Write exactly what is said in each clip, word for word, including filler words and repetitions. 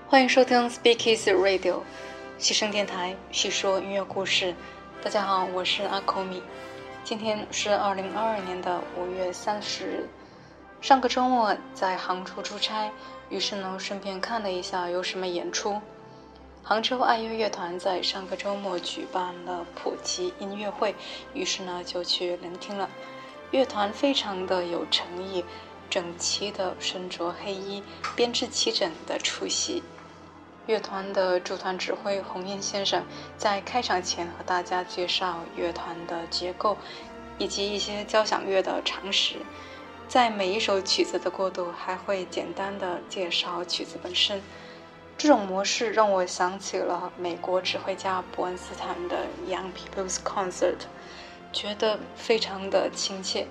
欢迎收听 Speakeasy Radio 西声电台，叙说音乐故事。大家好，我是阿口米。今天是二零二二年的五月三十日。上个周末在杭州出差，于是呢顺便看了一下有什么演出。杭州爱乐乐团在上个周末举办了普及音乐会，于是呢就去聆听了。乐团非常的有诚意，整齐的身着黑衣，编制齐整的出席。乐团的驻团指挥洪燕先生在开场前和大家介绍乐团的结构以及一些交响乐的常识，在每一首曲子的过渡还会简单的介绍曲子本身。这种模式让我想起了美国指挥家伯恩斯坦的 Young People's Concert， 觉得非常的亲切。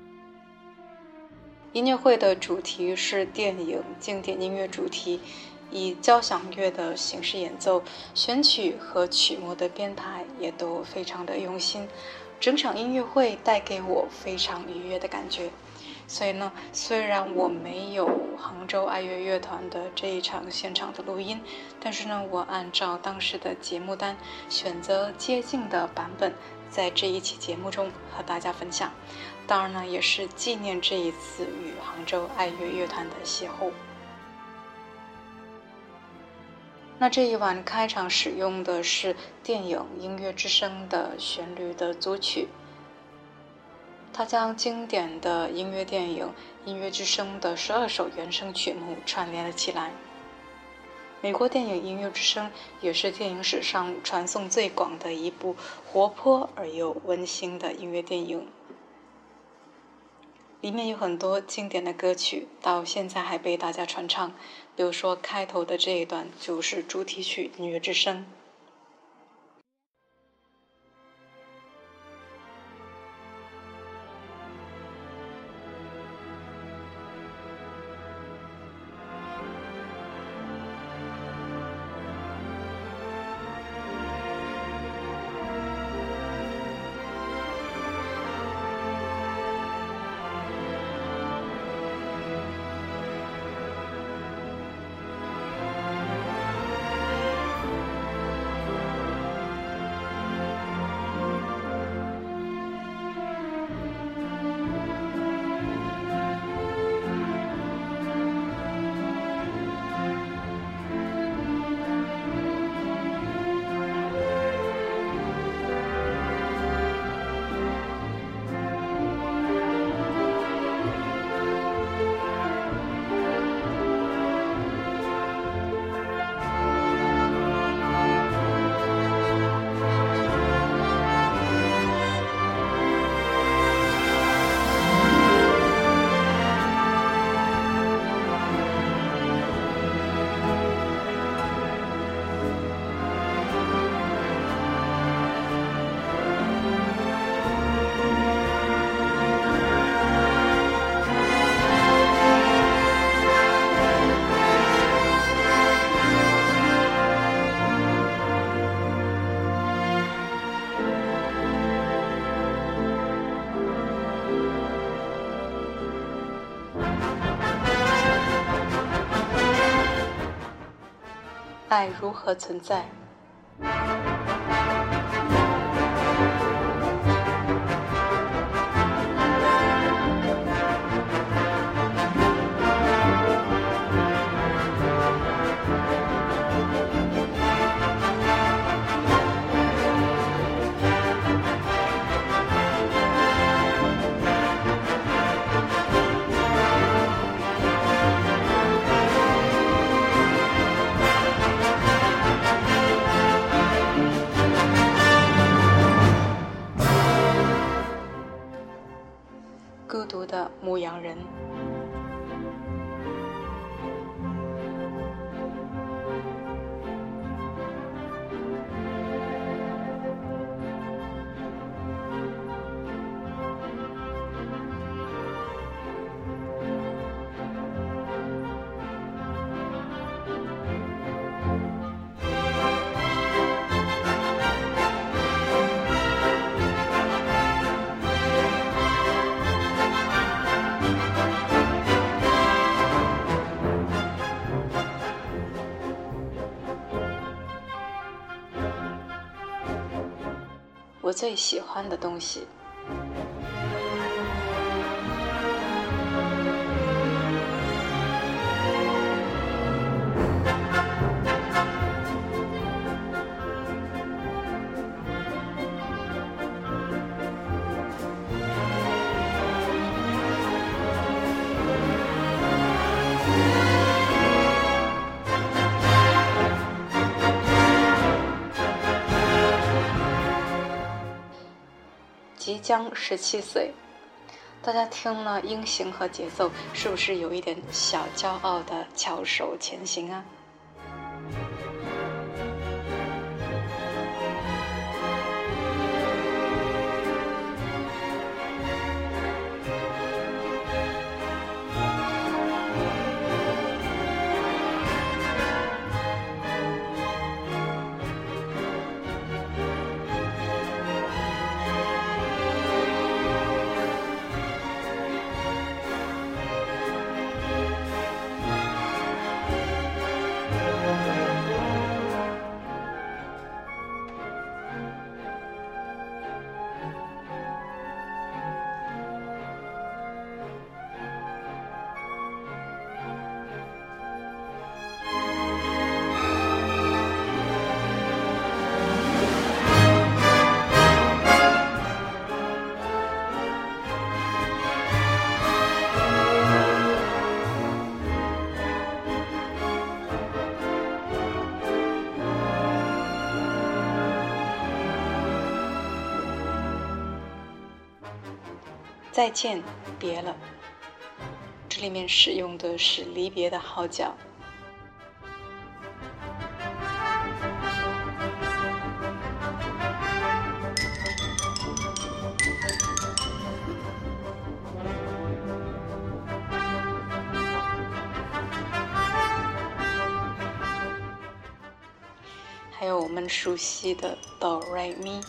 音乐会的主题是电影经典音乐主题，以交响乐的形式演奏，选曲和曲目的编排也都非常的用心，整场音乐会带给我非常愉悦的感觉。所以呢，虽然我没有杭州爱乐乐团的这一场现场的录音，但是呢，我按照当时的节目单选择接近的版本，在这一期节目中和大家分享。当然呢，也是纪念这一次与杭州爱乐乐团的邂逅。那这一晚开场使用的是电影《音乐之声》的旋律的组曲，它将经典的音乐电影《音乐之声》的十二首原声曲目串联了起来。美国电影《音乐之声》也是电影史上传颂最广的一部活泼而又温馨的音乐电影，里面有很多经典的歌曲，到现在还被大家传唱。比如说开头的这一段就是主题曲《音乐之声》。爱如何存在？孤独的牧羊人。 最喜欢的东西。即将十七岁，大家听了音型和节奏，是不是有一点小骄傲的翘首前行啊？再见，别了。这里面使用的是离别的号角。还有我们熟悉的哆来咪。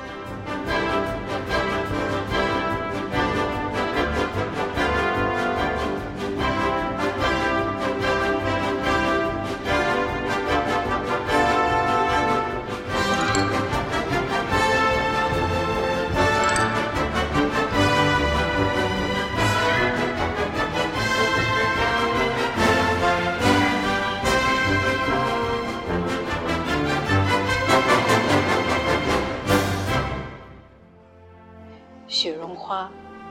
雪绒花，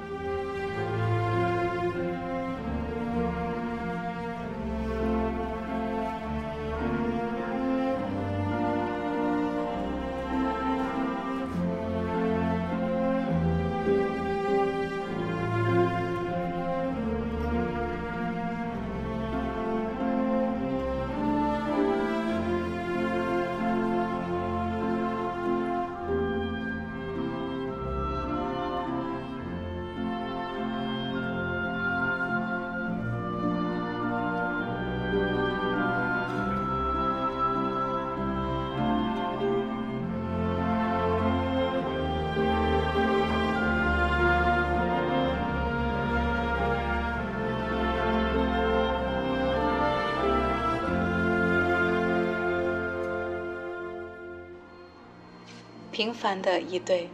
平凡的一对。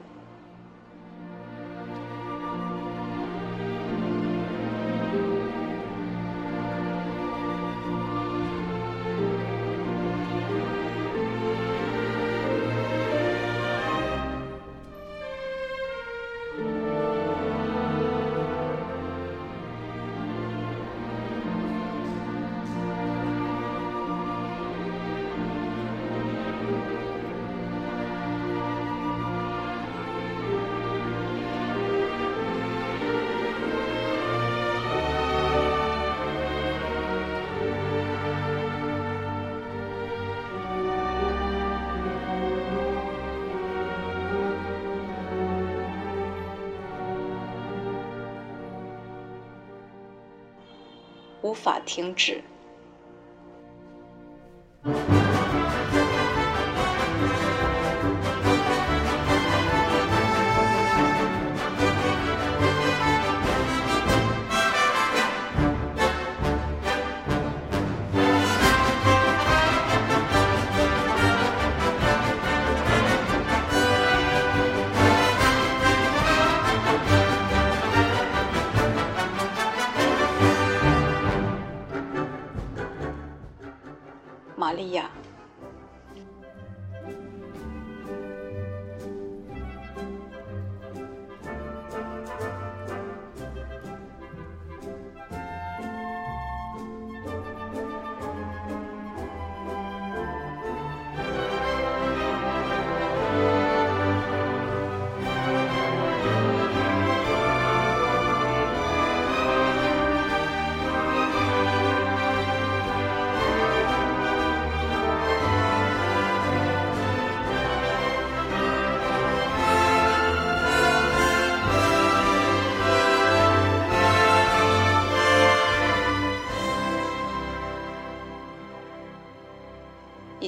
无法停止。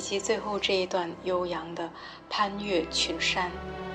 及最后这一段悠扬的攀越群山。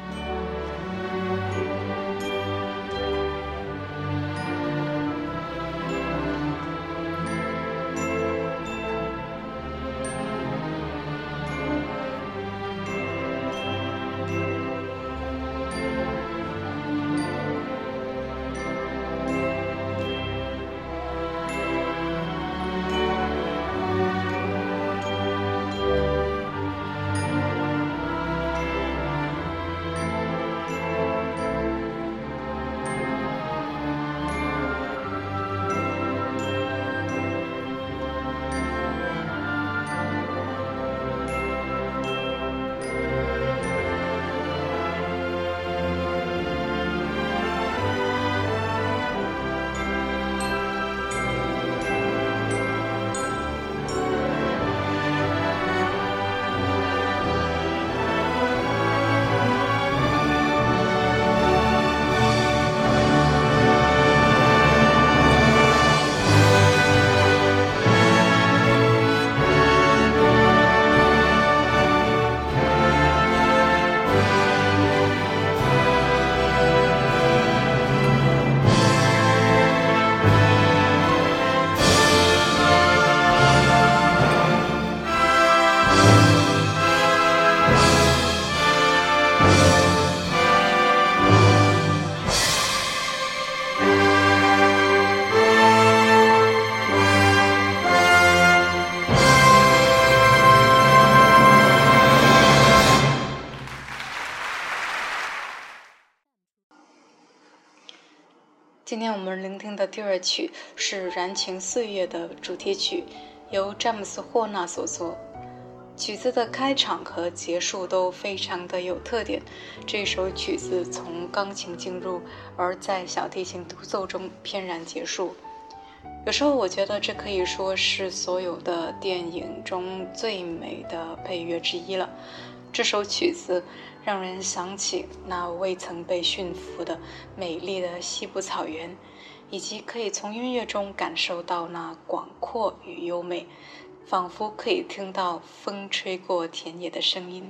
今天我们聆听的第二曲是《燃情岁月》的主题曲，由詹姆斯·霍纳所作。曲子的开场和结束都非常的有特点，这首曲子从钢琴进入，而在小提琴独奏中翩然结束。有时候我觉得这可以说是所有的电影中最美的配乐之一了。这首曲子让人想起那未曾被驯服的美丽的西部草原，以及可以从音乐中感受到那广阔与优美，仿佛可以听到风吹过田野的声音。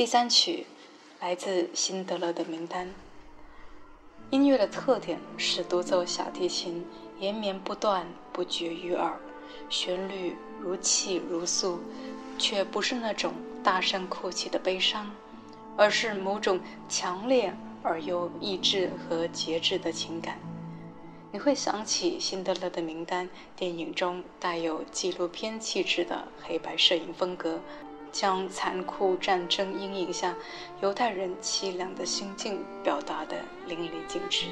第三曲来自辛德勒的名单。音乐的特点是独奏小提琴延绵不断，不绝于耳，旋律如泣如诉，却不是那种大声哭泣的悲伤，而是某种强烈而又抑制和节制的情感。你会想起辛德勒的名单电影中带有纪录片气质的黑白摄影风格，将残酷战争阴影下犹太人凄凉的心境表达得淋漓尽致。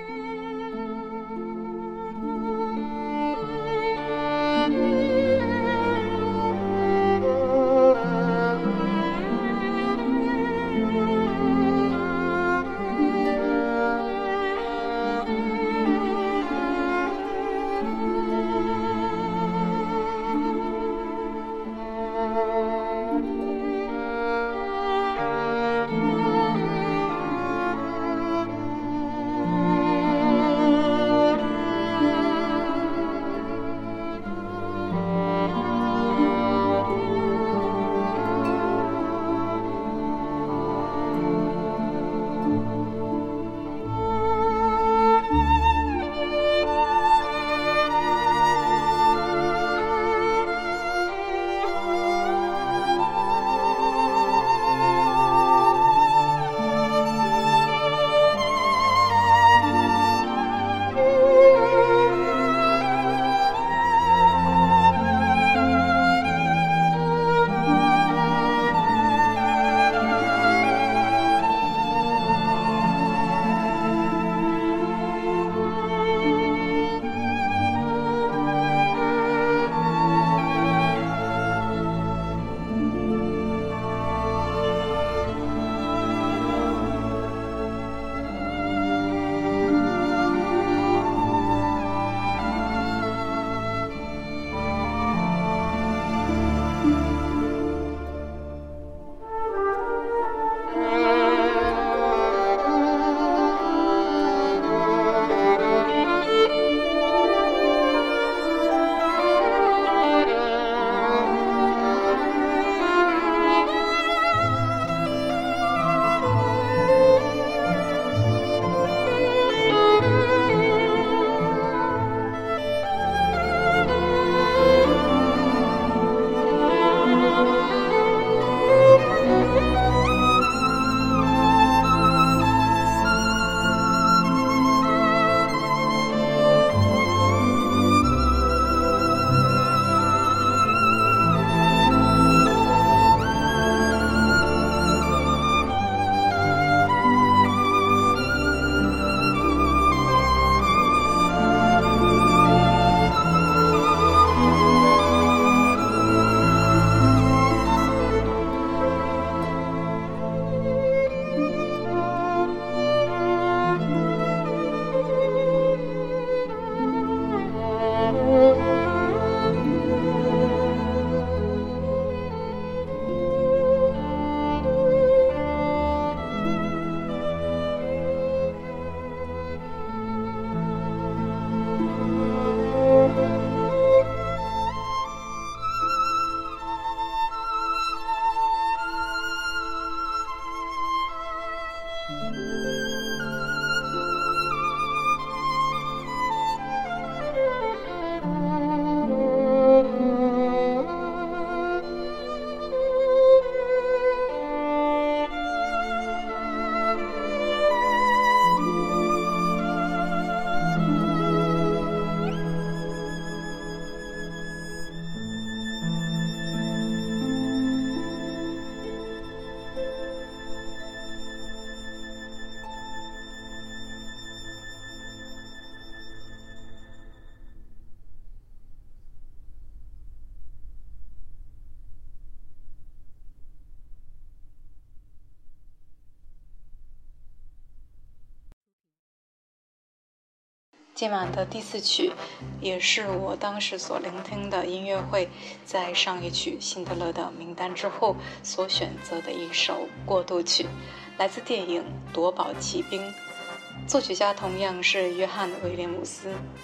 今晚的第四曲也是我当时所聆听的音乐会在上一曲辛德勒的名单之后所选择的一首过渡曲，来自电影《夺宝奇兵》，作曲家同样是约翰·威廉姆斯。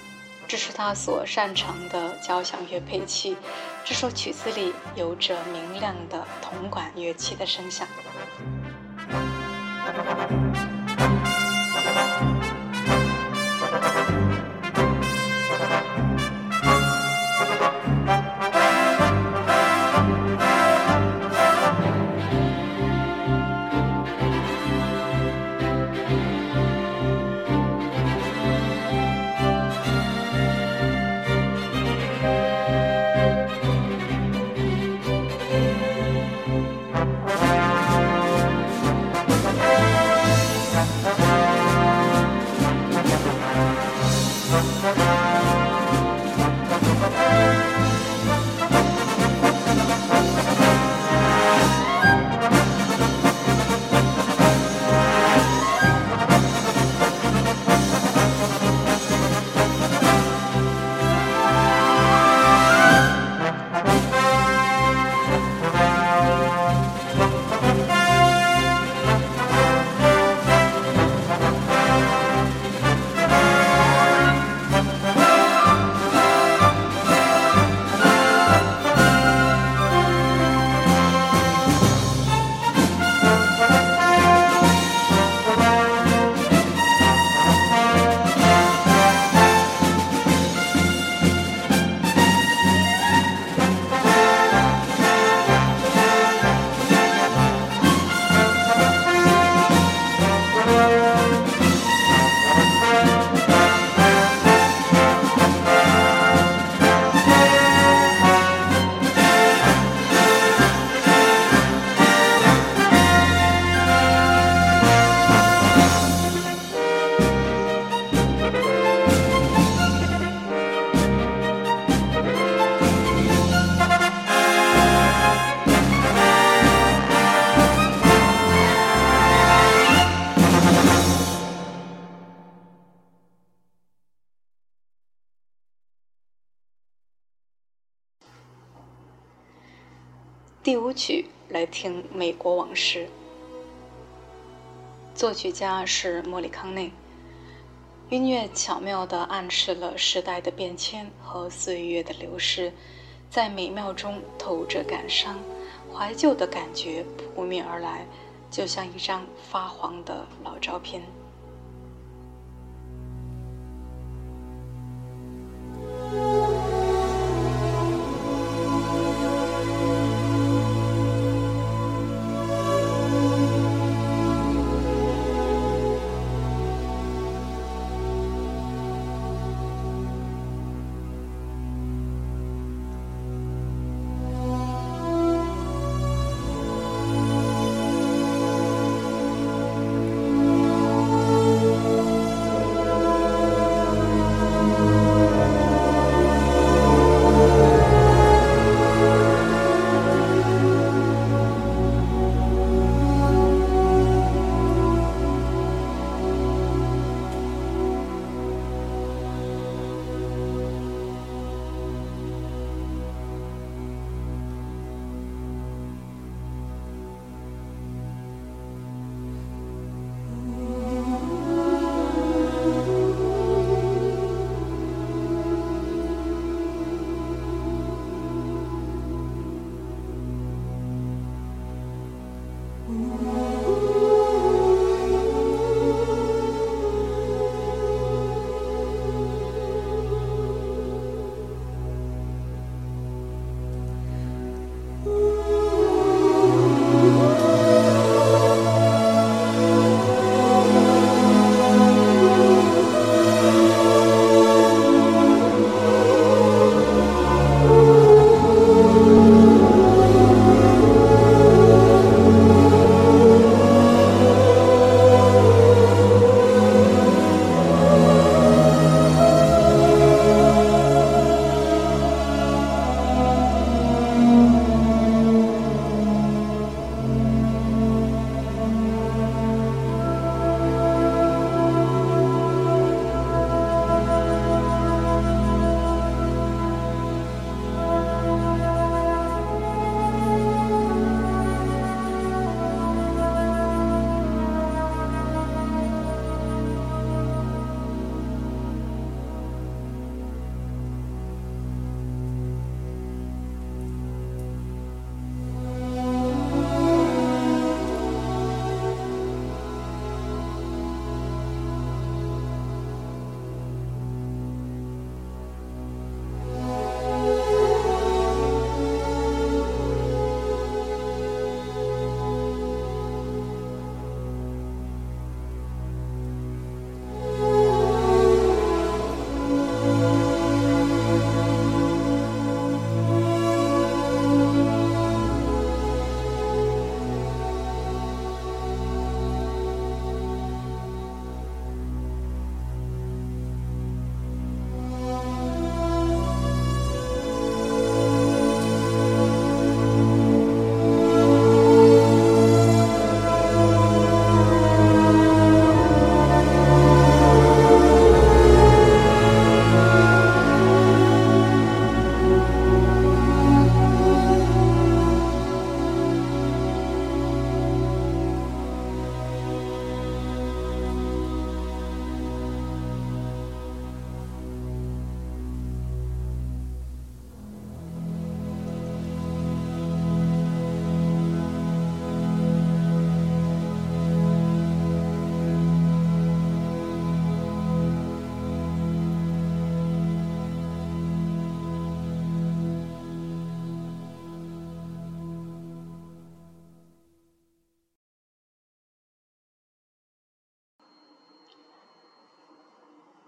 这是他所擅长的交响乐配器。这首曲子里有着明亮的铜管乐器的声响。第五曲，来听《美国往事》。作曲家是莫里康内，音乐巧妙地暗示了时代的变迁和岁月的流逝，在美妙中透着感伤，怀旧的感觉扑面而来，就像一张发黄的老照片。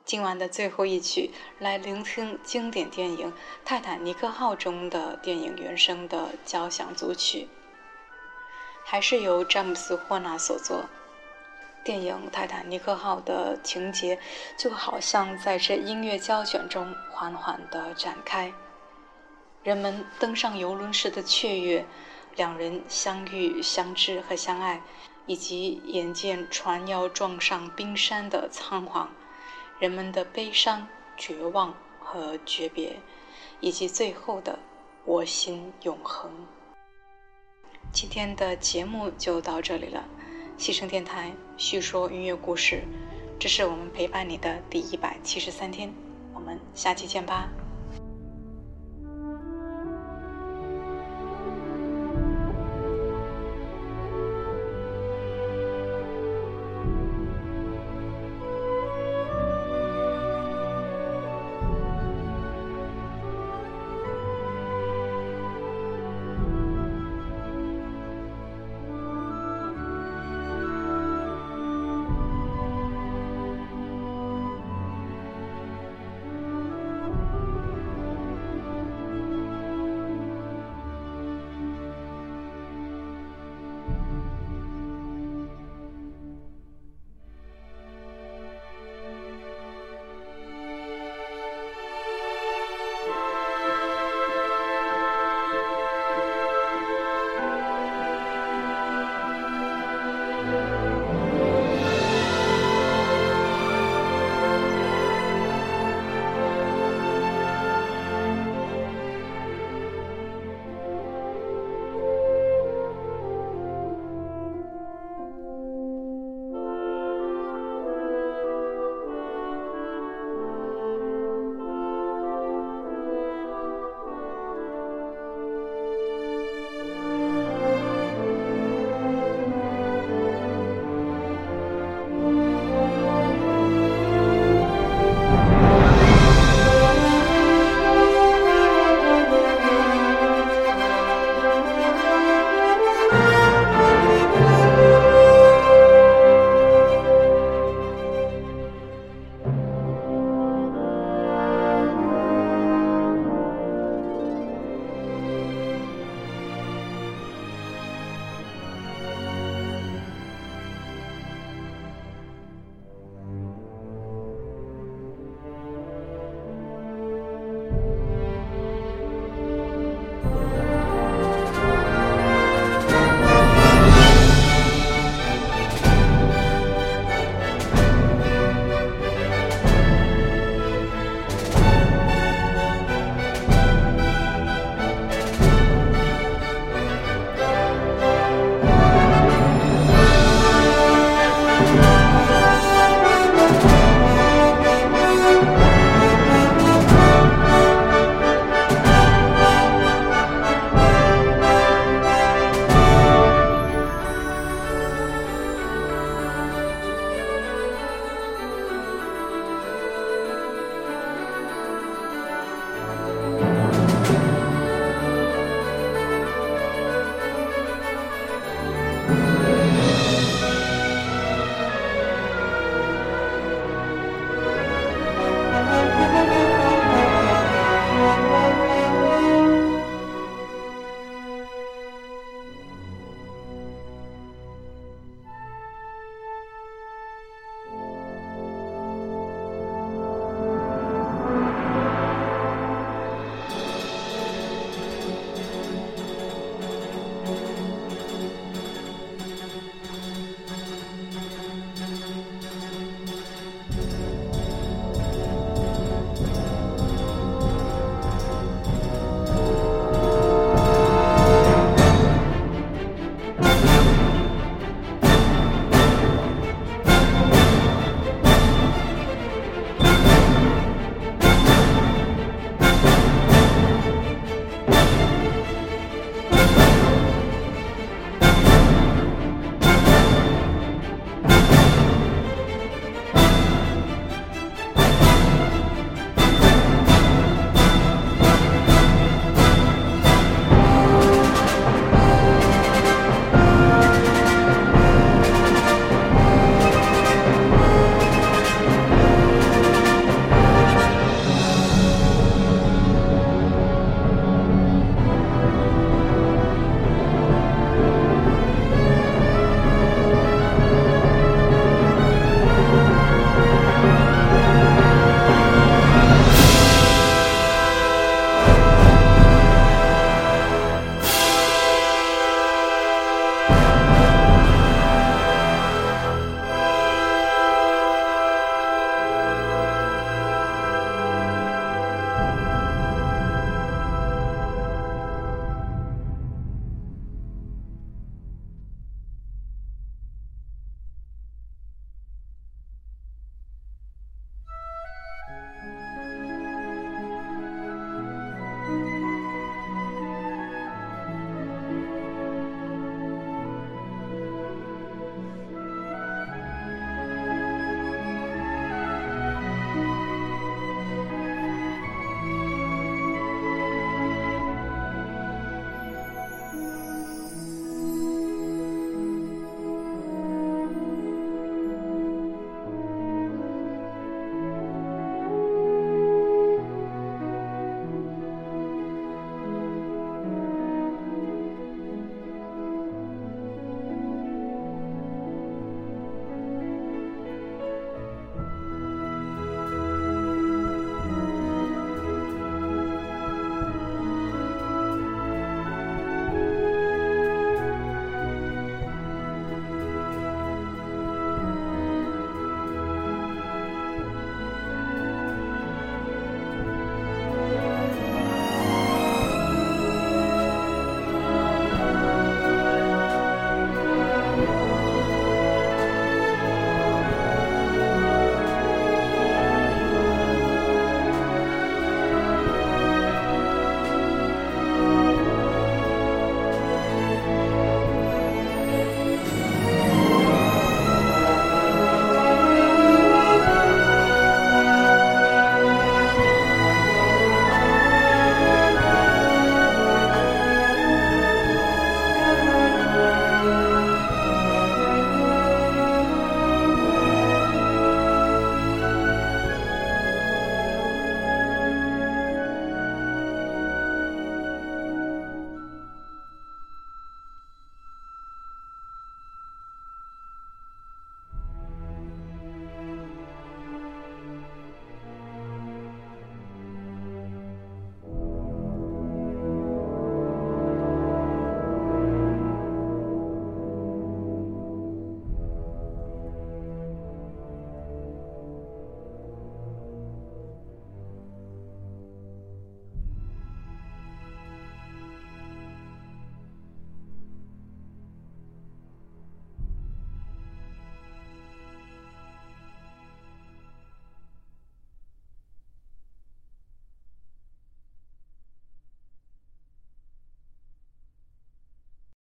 今晚的最后一曲，来聆听经典电影《泰坦尼克号》中的电影原声的交响组曲，还是由詹姆斯·霍纳所作。电影《泰坦尼克号》的情节就好像在这音乐交选中缓缓地展开，人们登上游轮时的雀跃，两人相遇、相知和相爱，以及眼见船要撞上冰山的仓皇，人们的悲伤、绝望和诀别，以及最后的我心永恒。今天的节目就到这里了，西城电台叙说音乐故事，这是我们陪伴你的第一百七十三天，我们下期见吧。